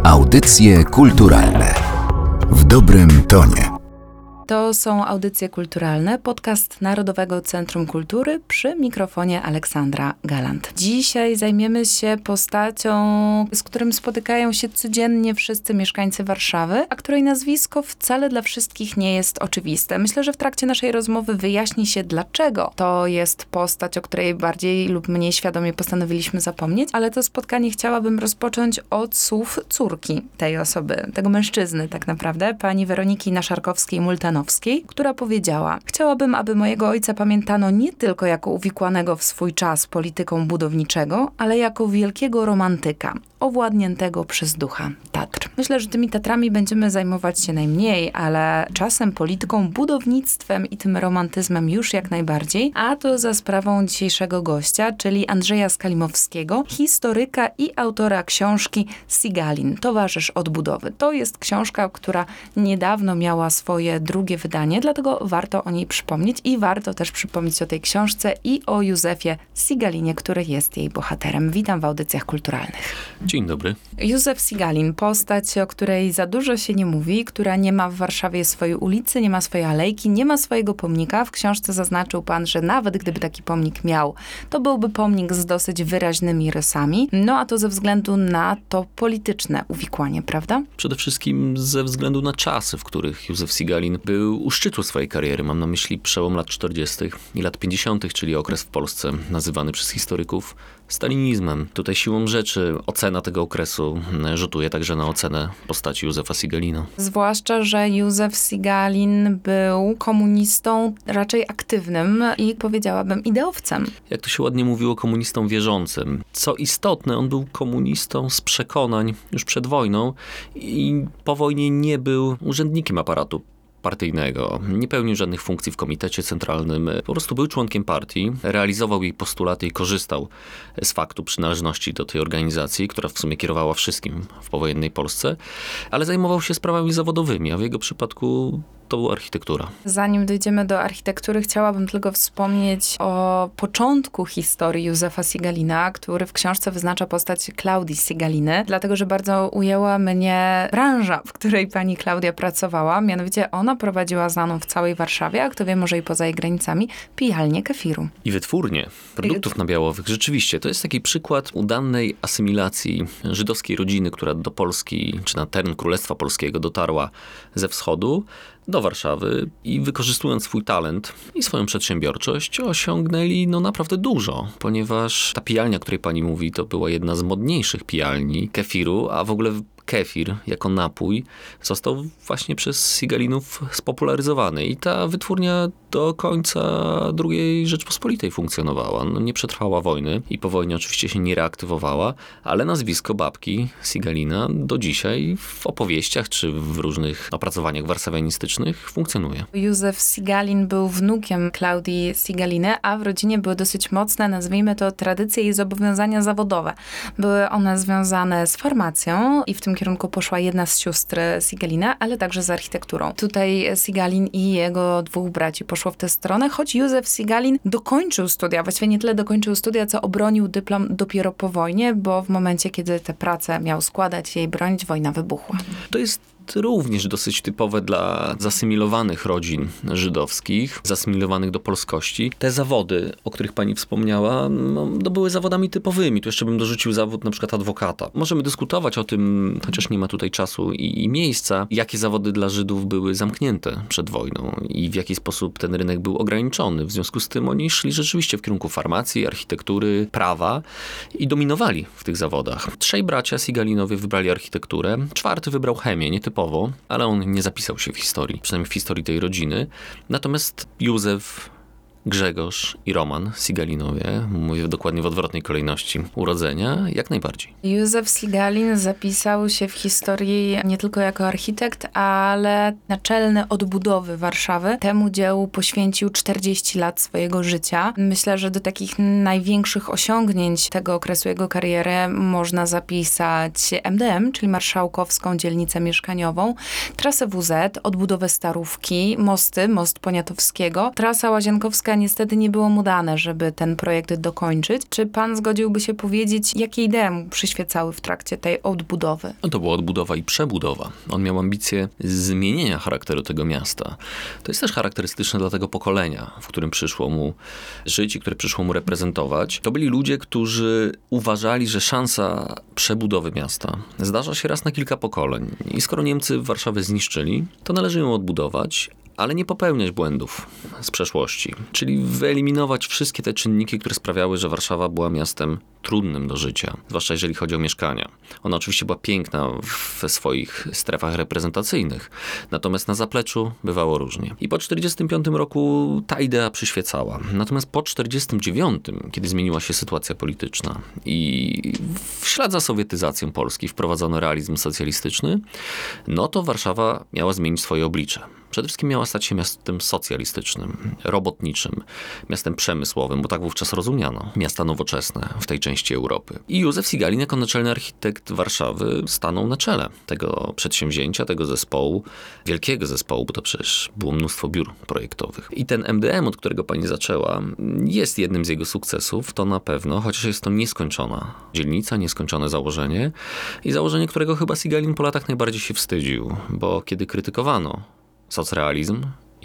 Audycje kulturalne w dobrym tonie. To są Audycje Kulturalne, podcast Narodowego Centrum Kultury przy mikrofonie Aleksandra Galant. Dzisiaj zajmiemy się postacią, z którym spotykają się codziennie wszyscy mieszkańcy Warszawy, a której nazwisko wcale dla wszystkich nie jest oczywiste. Myślę, że w trakcie naszej rozmowy wyjaśni się, dlaczego to jest postać, o której bardziej lub mniej świadomie postanowiliśmy zapomnieć, ale to spotkanie chciałabym rozpocząć od słów córki tej osoby, tego mężczyzny tak naprawdę, pani Weroniki Naszarkowskiej-Multanowskiej, która powiedziała: chciałabym, aby mojego ojca pamiętano nie tylko jako uwikłanego w swój czas polityką budowniczego, ale jako wielkiego romantyka, owładniętego przez ducha Tatr. Myślę, że tymi Tatrami będziemy zajmować się najmniej, ale czasem polityką, budownictwem i tym romantyzmem już jak najbardziej, a to za sprawą dzisiejszego gościa, czyli Andrzeja Skalimowskiego, historyka i autora książki Sigalin, Towarzysz Odbudowy. To jest książka, która niedawno miała swoje drugie wydanie, dlatego warto o niej przypomnieć i warto też przypomnieć o tej książce i o Józefie Sigalinie, który jest jej bohaterem. Witam w Audycjach Kulturalnych. Dzień dobry. Józef Sigalin, postać, o której za dużo się nie mówi, która nie ma w Warszawie swojej ulicy, nie ma swojej alejki, nie ma swojego pomnika. W książce zaznaczył pan, że nawet gdyby taki pomnik miał, to byłby pomnik z dosyć wyraźnymi rysami. No a to ze względu na to polityczne uwikłanie, prawda? Przede wszystkim ze względu na czasy, w których Józef Sigalin był u szczytu swojej kariery. Mam na myśli przełom lat 40. i lat 50., czyli okres w Polsce nazywany przez historyków stalinizmem. Tutaj siłą rzeczy ocena tego okresu rzutuje także na ocenę postaci Józefa Sigalina. Zwłaszcza, że Józef Sigalin był komunistą raczej aktywnym i powiedziałabym ideowcem. Jak to się ładnie mówiło, komunistą wierzącym. Co istotne, on był komunistą z przekonań już przed wojną i po wojnie nie był urzędnikiem aparatu partyjnego. Nie pełnił żadnych funkcji w komitecie centralnym. Po prostu był członkiem partii, realizował jej postulaty i korzystał z faktu przynależności do tej organizacji, która w sumie kierowała wszystkim w powojennej Polsce, ale zajmował się sprawami zawodowymi, a w jego przypadku to była architektura. Zanim dojdziemy do architektury, chciałabym tylko wspomnieć o początku historii Józefa Sigalina, który w książce wyznacza postać Klaudii Sigaliny, dlatego że bardzo ujęła mnie branża, w której pani Klaudia pracowała. Mianowicie ona prowadziła znaną w całej Warszawie, a kto wie, może i poza jej granicami, pijalnię kefiru. I wytwórnię produktów nabiałowych. Rzeczywiście, to jest taki przykład udanej asymilacji żydowskiej rodziny, która do Polski, czy na teren Królestwa Polskiego dotarła ze wschodu do Warszawy i wykorzystując swój talent i swoją przedsiębiorczość osiągnęli naprawdę dużo, ponieważ ta pijalnia, o której pani mówi, to była jedna z modniejszych pijalni kefiru, a w ogóle kefir jako napój został właśnie przez Sigalinów spopularyzowany i ta wytwórnia do końca II Rzeczpospolitej funkcjonowała. Nie przetrwała wojny i po wojnie oczywiście się nie reaktywowała, ale nazwisko babki Sigalina do dzisiaj w opowieściach czy w różnych opracowaniach warszawianistycznych funkcjonuje. Józef Sigalin był wnukiem Klaudii Sigaliny, a w rodzinie były dosyć mocne, nazwijmy to, tradycje i zobowiązania zawodowe. Były one związane z farmacją i w tym kierunku poszła jedna z sióstr Sigalina, ale także z architekturą. Tutaj Sigalin i jego dwóch braci poszło w tę stronę, choć Józef Sigalin dokończył studia, właściwie nie tyle dokończył studia, co obronił dyplom dopiero po wojnie, bo w momencie, kiedy tę pracę miał składać i jej bronić, wojna wybuchła. To jest również dosyć typowe dla zasymilowanych rodzin żydowskich, zasymilowanych do polskości. Te zawody, o których pani wspomniała, to były zawodami typowymi. Tu jeszcze bym dorzucił zawód na przykład adwokata. Możemy dyskutować o tym, chociaż nie ma tutaj czasu i miejsca, jakie zawody dla Żydów były zamknięte przed wojną i w jaki sposób ten rynek był ograniczony. W związku z tym oni szli rzeczywiście w kierunku farmacji, architektury, prawa i dominowali w tych zawodach. 3 bracia Sigalinowie wybrali architekturę, 4 wybrał chemię, nietypowo, ale on nie zapisał się w historii, przynajmniej w historii tej rodziny. Natomiast Józef, Grzegorz i Roman Sigalinowie, mówię dokładnie w odwrotnej kolejności urodzenia, jak najbardziej. Józef Sigalin zapisał się w historii nie tylko jako architekt, ale naczelny odbudowy Warszawy. Temu dziełu poświęcił 40 lat swojego życia. Myślę, że do takich największych osiągnięć tego okresu jego kariery można zapisać MDM, czyli Marszałkowską Dzielnicę Mieszkaniową, trasę WZ, odbudowę Starówki, mosty, most Poniatowskiego, trasa Łazienkowska niestety nie było mu dane, żeby ten projekt dokończyć. Czy pan zgodziłby się powiedzieć, jakie idee mu przyświecały w trakcie tej odbudowy? No to była odbudowa i przebudowa. On miał ambicje zmienienia charakteru tego miasta. To jest też charakterystyczne dla tego pokolenia, w którym przyszło mu żyć i które przyszło mu reprezentować. To byli ludzie, którzy uważali, że szansa przebudowy miasta zdarza się raz na kilka pokoleń. I skoro Niemcy Warszawę zniszczyli, to należy ją odbudować, ale nie popełniać błędów z przeszłości. Czyli wyeliminować wszystkie te czynniki, które sprawiały, że Warszawa była miastem trudnym do życia, zwłaszcza jeżeli chodzi o mieszkania. Ona oczywiście była piękna w swoich strefach reprezentacyjnych, natomiast na zapleczu bywało różnie. I po 1945 roku ta idea przyświecała. Natomiast po 1949, kiedy zmieniła się sytuacja polityczna i w ślad za sowietyzacją Polski wprowadzono realizm socjalistyczny, no to Warszawa miała zmienić swoje oblicze. Przede wszystkim miała stać się miastem socjalistycznym, robotniczym, miastem przemysłowym, bo tak wówczas rozumiano miasta nowoczesne w tej części Europy. I Józef Sigalin jako naczelny architekt Warszawy stanął na czele tego przedsięwzięcia, tego zespołu, wielkiego zespołu, bo to przecież było mnóstwo biur projektowych. I ten MDM, od którego pani zaczęła, jest jednym z jego sukcesów, to na pewno, chociaż jest to nieskończona dzielnica, nieskończone założenie i założenie, którego chyba Sigalin po latach najbardziej się wstydził, bo kiedy krytykowano socrealizm,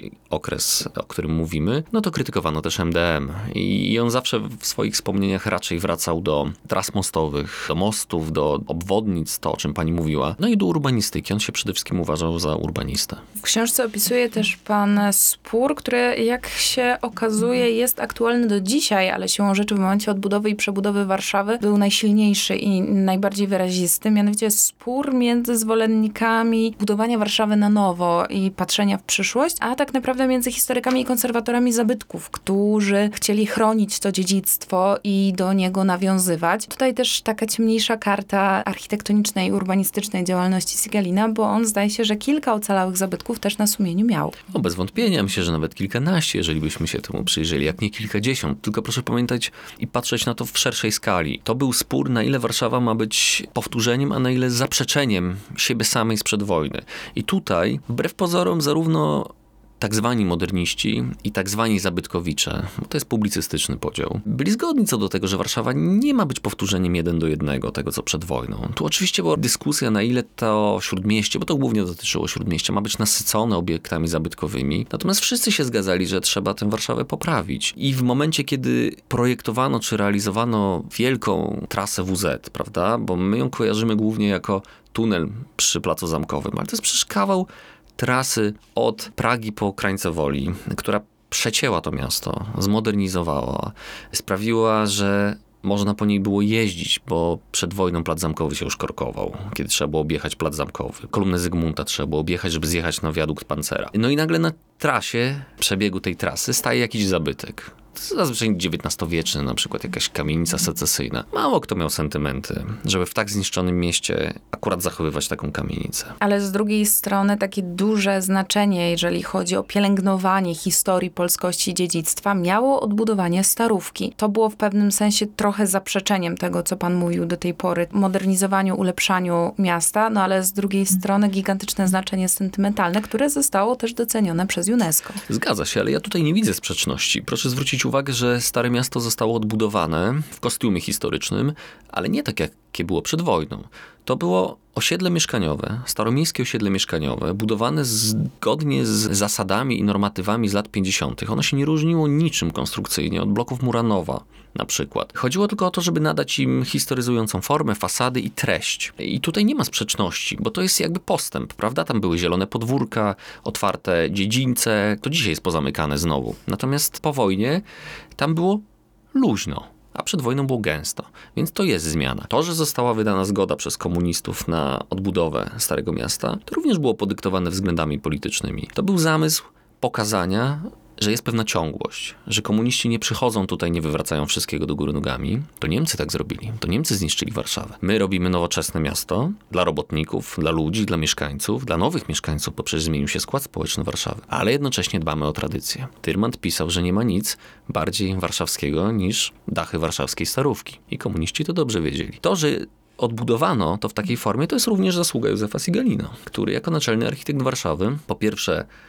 okres, o którym mówimy, no to krytykowano też MDM. I on zawsze w swoich wspomnieniach raczej wracał do tras mostowych, do mostów, do obwodnic, to o czym pani mówiła, no i do urbanistyki. On się przede wszystkim uważał za urbanistę. W książce opisuje też pan spór, który jak się okazuje jest aktualny do dzisiaj, ale siłą rzeczy w momencie odbudowy i przebudowy Warszawy był najsilniejszy i najbardziej wyrazisty, mianowicie spór między zwolennikami budowania Warszawy na nowo i patrzenia w przyszłość, a tak naprawdę między historykami i konserwatorami zabytków, którzy chcieli chronić to dziedzictwo i do niego nawiązywać. Tutaj też taka ciemniejsza karta architektonicznej i urbanistycznej działalności Sigalina, bo on zdaje się, że kilka ocalałych zabytków też na sumieniu miał. No bez wątpienia, myślę, że nawet kilkanaście, jeżeli byśmy się temu przyjrzeli, jak nie kilkadziesiąt. Tylko proszę pamiętać i patrzeć na to w szerszej skali. To był spór, na ile Warszawa ma być powtórzeniem, a na ile zaprzeczeniem siebie samej sprzed wojny. I tutaj, wbrew pozorom, zarówno tak zwani moderniści i tak zwani zabytkowicze, bo to jest publicystyczny podział, byli zgodni co do tego, że Warszawa nie ma być powtórzeniem 1:1 tego, co przed wojną. Tu oczywiście była dyskusja, na ile to Śródmieście, bo to głównie dotyczyło Śródmieścia, ma być nasycone obiektami zabytkowymi. Natomiast wszyscy się zgadzali, że trzeba tę Warszawę poprawić. I w momencie, kiedy projektowano czy realizowano wielką trasę WZ, prawda, bo my ją kojarzymy głównie jako tunel przy Placu Zamkowym, ale to jest przecież kawał trasy od Pragi po Krańce Woli, która przecięła to miasto, zmodernizowała, sprawiła, że można po niej było jeździć, bo przed wojną Plac Zamkowy się już korkował, kiedy trzeba było objechać Plac Zamkowy. Kolumnę Zygmunta trzeba było objechać, żeby zjechać na wiadukt Pancera. No i nagle na trasie, przebiegu tej trasy staje jakiś zabytek. Zazwyczaj XIX-wieczny, na przykład jakaś kamienica secesyjna. Mało kto miał sentymenty, żeby w tak zniszczonym mieście akurat zachowywać taką kamienicę. Ale z drugiej strony takie duże znaczenie, jeżeli chodzi o pielęgnowanie historii polskości i dziedzictwa, miało odbudowanie Starówki. To było w pewnym sensie trochę zaprzeczeniem tego, co pan mówił do tej pory, modernizowaniu, ulepszaniu miasta, no ale z drugiej strony gigantyczne znaczenie sentymentalne, które zostało też docenione przez UNESCO. Zgadza się, ale ja tutaj nie widzę sprzeczności. Proszę zwrócić uwagę, że Stare Miasto zostało odbudowane w kostiumie historycznym, ale nie tak, jakie było przed wojną. To było osiedle mieszkaniowe, staromiejskie osiedle mieszkaniowe, budowane zgodnie z zasadami i normatywami z lat 50. Ono się nie różniło niczym konstrukcyjnie od bloków Muranowa na przykład. Chodziło tylko o to, żeby nadać im historyzującą formę, fasady i treść. I tutaj nie ma sprzeczności, bo to jest jakby postęp, prawda? Tam były zielone podwórka, otwarte dziedzińce, to dzisiaj jest pozamykane znowu. Natomiast po wojnie tam było luźno. A przed wojną było gęsto, więc to jest zmiana. To, że została wydana zgoda przez komunistów na odbudowę Starego Miasta, to również było podyktowane względami politycznymi. To był zamysł pokazania, że jest pewna ciągłość, że komuniści nie przychodzą tutaj, nie wywracają wszystkiego do góry nogami. To Niemcy tak zrobili, to Niemcy zniszczyli Warszawę. My robimy nowoczesne miasto dla robotników, dla ludzi, dla mieszkańców, dla nowych mieszkańców, bo przecież zmienił się skład społeczny Warszawy. Ale jednocześnie dbamy o tradycję. Tyrmand pisał, że nie ma nic bardziej warszawskiego niż dachy warszawskiej Starówki. I komuniści to dobrze wiedzieli. To, że odbudowano to w takiej formie, to jest również zasługa Józefa Sigalina, który jako naczelny architekt Warszawy po pierwsze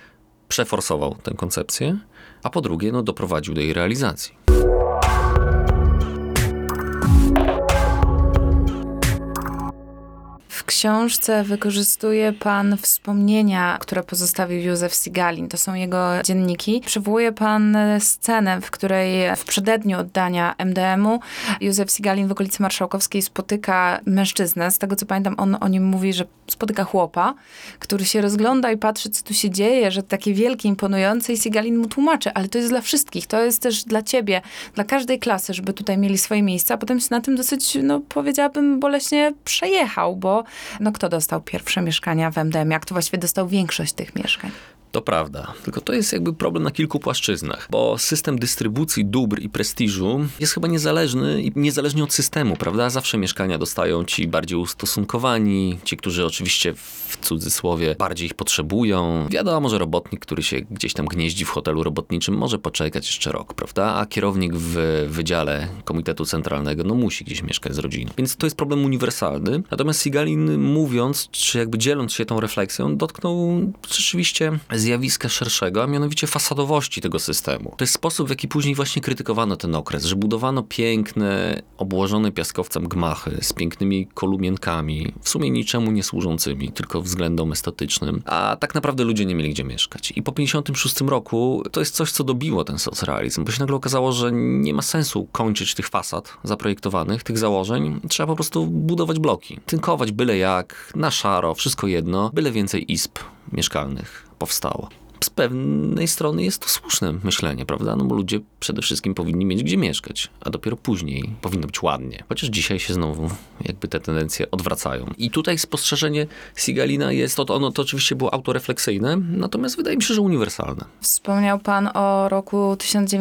przeforsował tę koncepcję, a po drugie doprowadził do jej realizacji. W książce wykorzystuje pan wspomnienia, które pozostawił Józef Sigalin. To są jego dzienniki. Przywołuje pan scenę, w której w przededniu oddania MDM-u Józef Sigalin w okolicy Marszałkowskiej spotyka mężczyznę. Z tego co pamiętam, on o nim mówi, że spotyka chłopa, który się rozgląda i patrzy, co tu się dzieje, że takie wielkie, imponujące, i Sigalin mu tłumaczy, ale to jest dla wszystkich, to jest też dla ciebie, dla każdej klasy, żeby tutaj mieli swoje miejsca. A potem się na tym dosyć, powiedziałabym, boleśnie przejechał, bo kto dostał pierwsze mieszkania w MDM? Jak to właściwie dostał większość tych mieszkań? To prawda, tylko to jest jakby problem na kilku płaszczyznach, bo system dystrybucji dóbr i prestiżu jest chyba niezależny i niezależnie od systemu, prawda? Zawsze mieszkania dostają ci bardziej ustosunkowani, ci, którzy oczywiście w cudzysłowie bardziej ich potrzebują. Wiadomo, że robotnik, który się gdzieś tam gnieździ w hotelu robotniczym, może poczekać jeszcze rok, prawda? A kierownik w wydziale Komitetu Centralnego, musi gdzieś mieszkać z rodziną. Więc to jest problem uniwersalny. Natomiast Sigalin, mówiąc, czy jakby dzieląc się tą refleksją, dotknął rzeczywiście zjawiska szerszego, a mianowicie fasadowości tego systemu. To jest sposób, w jaki później właśnie krytykowano ten okres, że budowano piękne, obłożone piaskowcem gmachy z pięknymi kolumienkami, w sumie niczemu nie służącymi, tylko względom estetycznym, a tak naprawdę ludzie nie mieli gdzie mieszkać. I po 1956 roku to jest coś, co dobiło ten socrealizm, bo się nagle okazało, że nie ma sensu kończyć tych fasad zaprojektowanych, tych założeń. Trzeba po prostu budować bloki. Tynkować byle jak, na szaro, wszystko jedno, byle więcej izb mieszkalnych powstało. Z pewnej strony jest to słuszne myślenie, prawda? Bo ludzie przede wszystkim powinni mieć gdzie mieszkać, a dopiero później powinno być ładnie. Chociaż dzisiaj się znowu jakby te tendencje odwracają. I tutaj spostrzeżenie Sigalina jest, ono to oczywiście było autorefleksyjne, natomiast wydaje mi się, że uniwersalne. Wspomniał pan o roku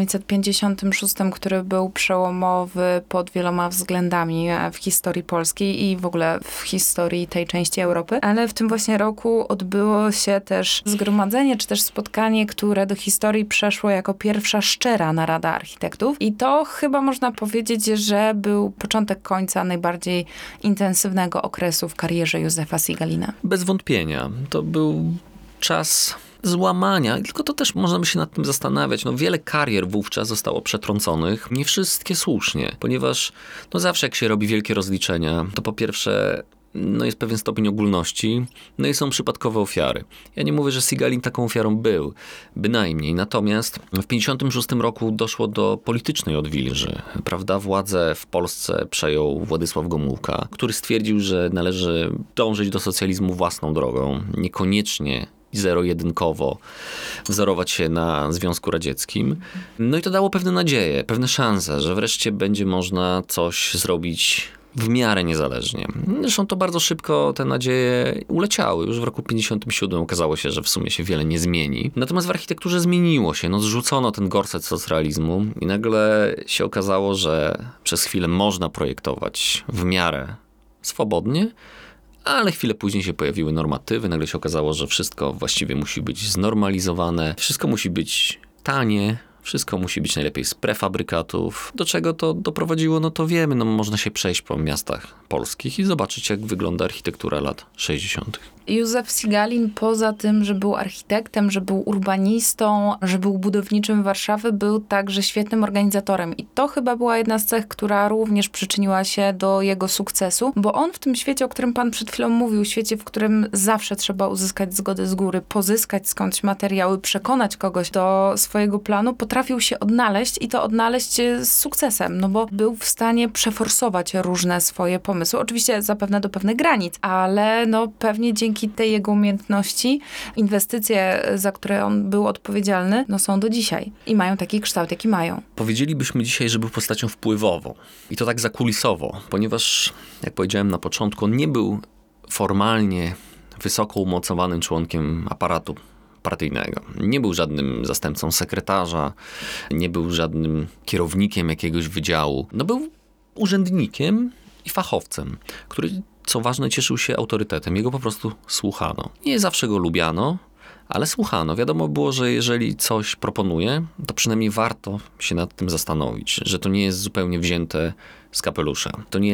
1956, który był przełomowy pod wieloma względami w historii polskiej i w ogóle w historii tej części Europy, ale w tym właśnie roku odbyło się też zgromadzenie, czy też spotkanie, które do historii przeszło jako pierwsza szczera narada architektów. I to chyba można powiedzieć, że był początek końca najbardziej intensywnego okresu w karierze Józefa Sigalina. Bez wątpienia. To był czas złamania, tylko to też można by się nad tym zastanawiać. Wiele karier wówczas zostało przetrąconych, nie wszystkie słusznie, ponieważ zawsze jak się robi wielkie rozliczenia, to po pierwsze jest pewien stopień ogólności, i są przypadkowe ofiary. Ja nie mówię, że Sigalin taką ofiarą był, bynajmniej. Natomiast w 1956 roku doszło do politycznej odwilży, prawda? Władzę w Polsce przejął Władysław Gomułka, który stwierdził, że należy dążyć do socjalizmu własną drogą, niekoniecznie zero-jedynkowo wzorować się na Związku Radzieckim. I to dało pewne nadzieje, pewne szanse, że wreszcie będzie można coś zrobić w miarę niezależnie. Zresztą to bardzo szybko te nadzieje uleciały. Już w roku 1957 okazało się, że w sumie się wiele nie zmieni. Natomiast w architekturze zmieniło się. Zrzucono ten gorset socrealizmu i nagle się okazało, że przez chwilę można projektować w miarę swobodnie, ale chwilę później się pojawiły normatywy. Nagle się okazało, że wszystko właściwie musi być znormalizowane. Wszystko musi być tanie. Wszystko musi być najlepiej z prefabrykatów. Do czego to doprowadziło, to wiemy. Można się przejść po miastach polskich i zobaczyć, jak wygląda architektura lat 60. Józef Sigalin, poza tym, że był architektem, że był urbanistą, że był budowniczym Warszawy, był także świetnym organizatorem. I to chyba była jedna z cech, która również przyczyniła się do jego sukcesu, bo on w tym świecie, o którym pan przed chwilą mówił, świecie, w którym zawsze trzeba uzyskać zgodę z góry, pozyskać skądś materiały, przekonać kogoś do swojego planu, potrafił się odnaleźć i to odnaleźć z sukcesem, bo był w stanie przeforsować różne swoje pomysły. Oczywiście zapewne do pewnych granic, ale pewnie dzięki tej jego umiejętności inwestycje, za które on był odpowiedzialny, są do dzisiaj i mają taki kształt, jaki mają. Powiedzielibyśmy dzisiaj, że był postacią wpływową i to tak zakulisowo, ponieważ, jak powiedziałem na początku, on nie był formalnie wysoko umocowanym członkiem aparatu partyjnego. Nie był żadnym zastępcą sekretarza, nie był żadnym kierownikiem jakiegoś wydziału. Był urzędnikiem i fachowcem, który, co ważne, cieszył się autorytetem. Jego po prostu słuchano. Nie zawsze go lubiano, ale słuchano. Wiadomo było, że jeżeli coś proponuje, to przynajmniej warto się nad tym zastanowić, że to nie jest zupełnie wzięte z kapelusza. To nie jest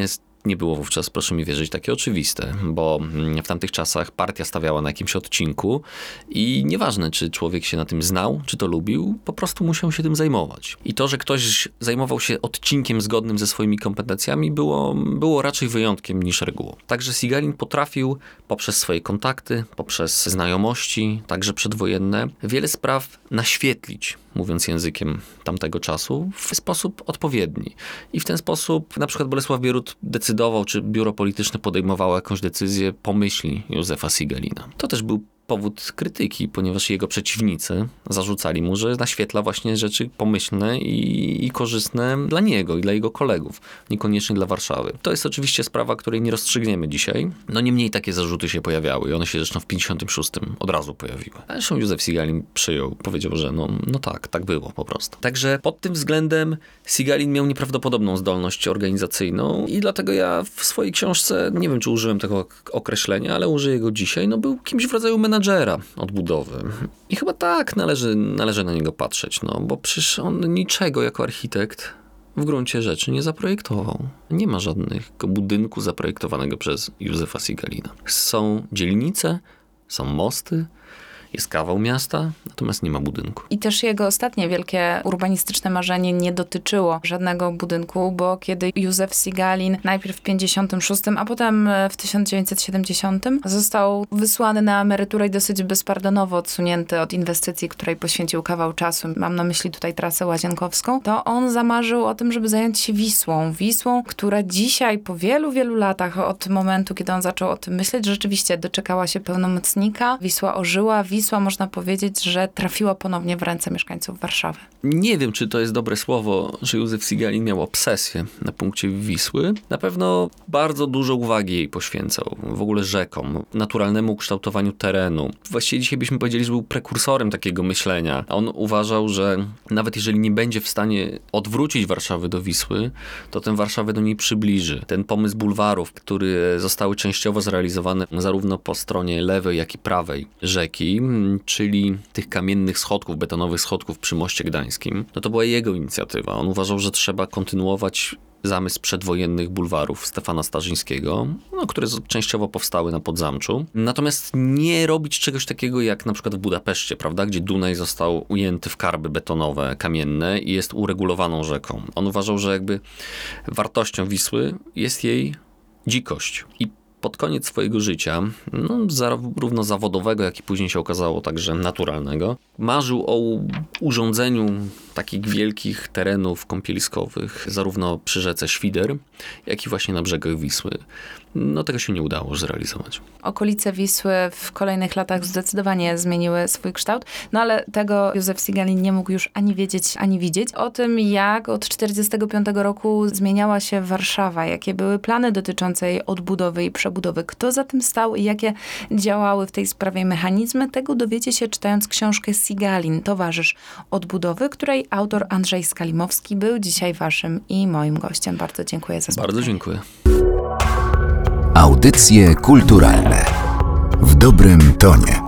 nie było wówczas, proszę mi wierzyć, takie oczywiste, bo w tamtych czasach partia stawiała na jakimś odcinku i nieważne, czy człowiek się na tym znał, czy to lubił, po prostu musiał się tym zajmować. I to, że ktoś zajmował się odcinkiem zgodnym ze swoimi kompetencjami, było raczej wyjątkiem niż regułą. Także Sigalin potrafił poprzez swoje kontakty, poprzez znajomości, także przedwojenne, wiele spraw naświetlić, mówiąc językiem tamtego czasu, w sposób odpowiedni. I w ten sposób na przykład Bolesław Bierut decydował, czy biuro polityczne podejmowało jakąś decyzję po myśli Józefa Sigalina. To też był powód krytyki, ponieważ jego przeciwnicy zarzucali mu, że naświetla właśnie rzeczy pomyślne i korzystne dla niego i dla jego kolegów, niekoniecznie dla Warszawy. To jest oczywiście sprawa, której nie rozstrzygniemy dzisiaj. No niemniej takie zarzuty się pojawiały i one się zresztą w 56 od razu pojawiły. A zresztą Józef Sigalin powiedział, że no tak było po prostu. Także pod tym względem Sigalin miał nieprawdopodobną zdolność organizacyjną i dlatego ja w swojej książce, nie wiem czy użyłem tego określenia, ale użyję go dzisiaj, był kimś w rodzaju menadżera odbudowy. I chyba tak należy na niego patrzeć, bo przecież on niczego jako architekt w gruncie rzeczy nie zaprojektował. Nie ma żadnego budynku zaprojektowanego przez Józefa Sigalina. Są dzielnice, są mosty, jest kawał miasta, natomiast nie ma budynku. I też jego ostatnie wielkie urbanistyczne marzenie nie dotyczyło żadnego budynku, bo kiedy Józef Sigalin najpierw w 56, a potem w 1970 został wysłany na emeryturę i dosyć bezpardonowo odsunięty od inwestycji, której poświęcił kawał czasu, mam na myśli tutaj trasę łazienkowską, to on zamarzył o tym, żeby zająć się Wisłą. Wisłą, która dzisiaj po wielu, wielu latach od momentu, kiedy on zaczął o tym myśleć, rzeczywiście doczekała się pełnomocnika. Wisła ożyła, Wisła, można powiedzieć, że trafiła ponownie w ręce mieszkańców Warszawy. Nie wiem, czy to jest dobre słowo, że Józef Sigalin miał obsesję na punkcie Wisły. Na pewno bardzo dużo uwagi jej poświęcał. W ogóle rzekom, naturalnemu kształtowaniu terenu. Właściwie dzisiaj byśmy powiedzieli, że był prekursorem takiego myślenia. A on uważał, że nawet jeżeli nie będzie w stanie odwrócić Warszawy do Wisły, to tę Warszawę do niej przybliży. Ten pomysł bulwarów, które zostały częściowo zrealizowane zarówno po stronie lewej, jak i prawej rzeki, czyli tych kamiennych schodków, betonowych schodków przy Moście Gdańskim, to była jego inicjatywa. On uważał, że trzeba kontynuować zamysł przedwojennych bulwarów Stefana Starzyńskiego, które częściowo powstały na Podzamczu. Natomiast nie robić czegoś takiego jak na przykład w Budapeszcie, prawda, gdzie Dunaj został ujęty w karby betonowe, kamienne i jest uregulowaną rzeką. On uważał, że jakby wartością Wisły jest jej dzikość. I pod koniec swojego życia, zarówno zawodowego, jak i później się okazało także naturalnego, marzył o urządzeniu takich wielkich terenów kąpieliskowych, zarówno przy rzece Świder, jak i właśnie na brzegach Wisły. Tego się nie udało zrealizować. Okolice Wisły w kolejnych latach zdecydowanie zmieniły swój kształt, ale tego Józef Sigalin nie mógł już ani wiedzieć, ani widzieć. O tym, jak od 1945 roku zmieniała się Warszawa, jakie były plany dotyczące jej odbudowy i przebudowy, kto za tym stał i jakie działały w tej sprawie mechanizmy, tego dowiecie się czytając książkę Sigalin, towarzysz odbudowy, której autor Andrzej Skalimowski był dzisiaj waszym i moim gościem. Bardzo dziękuję za spotkanie. Bardzo dziękuję. Audycje kulturalne w dobrym tonie.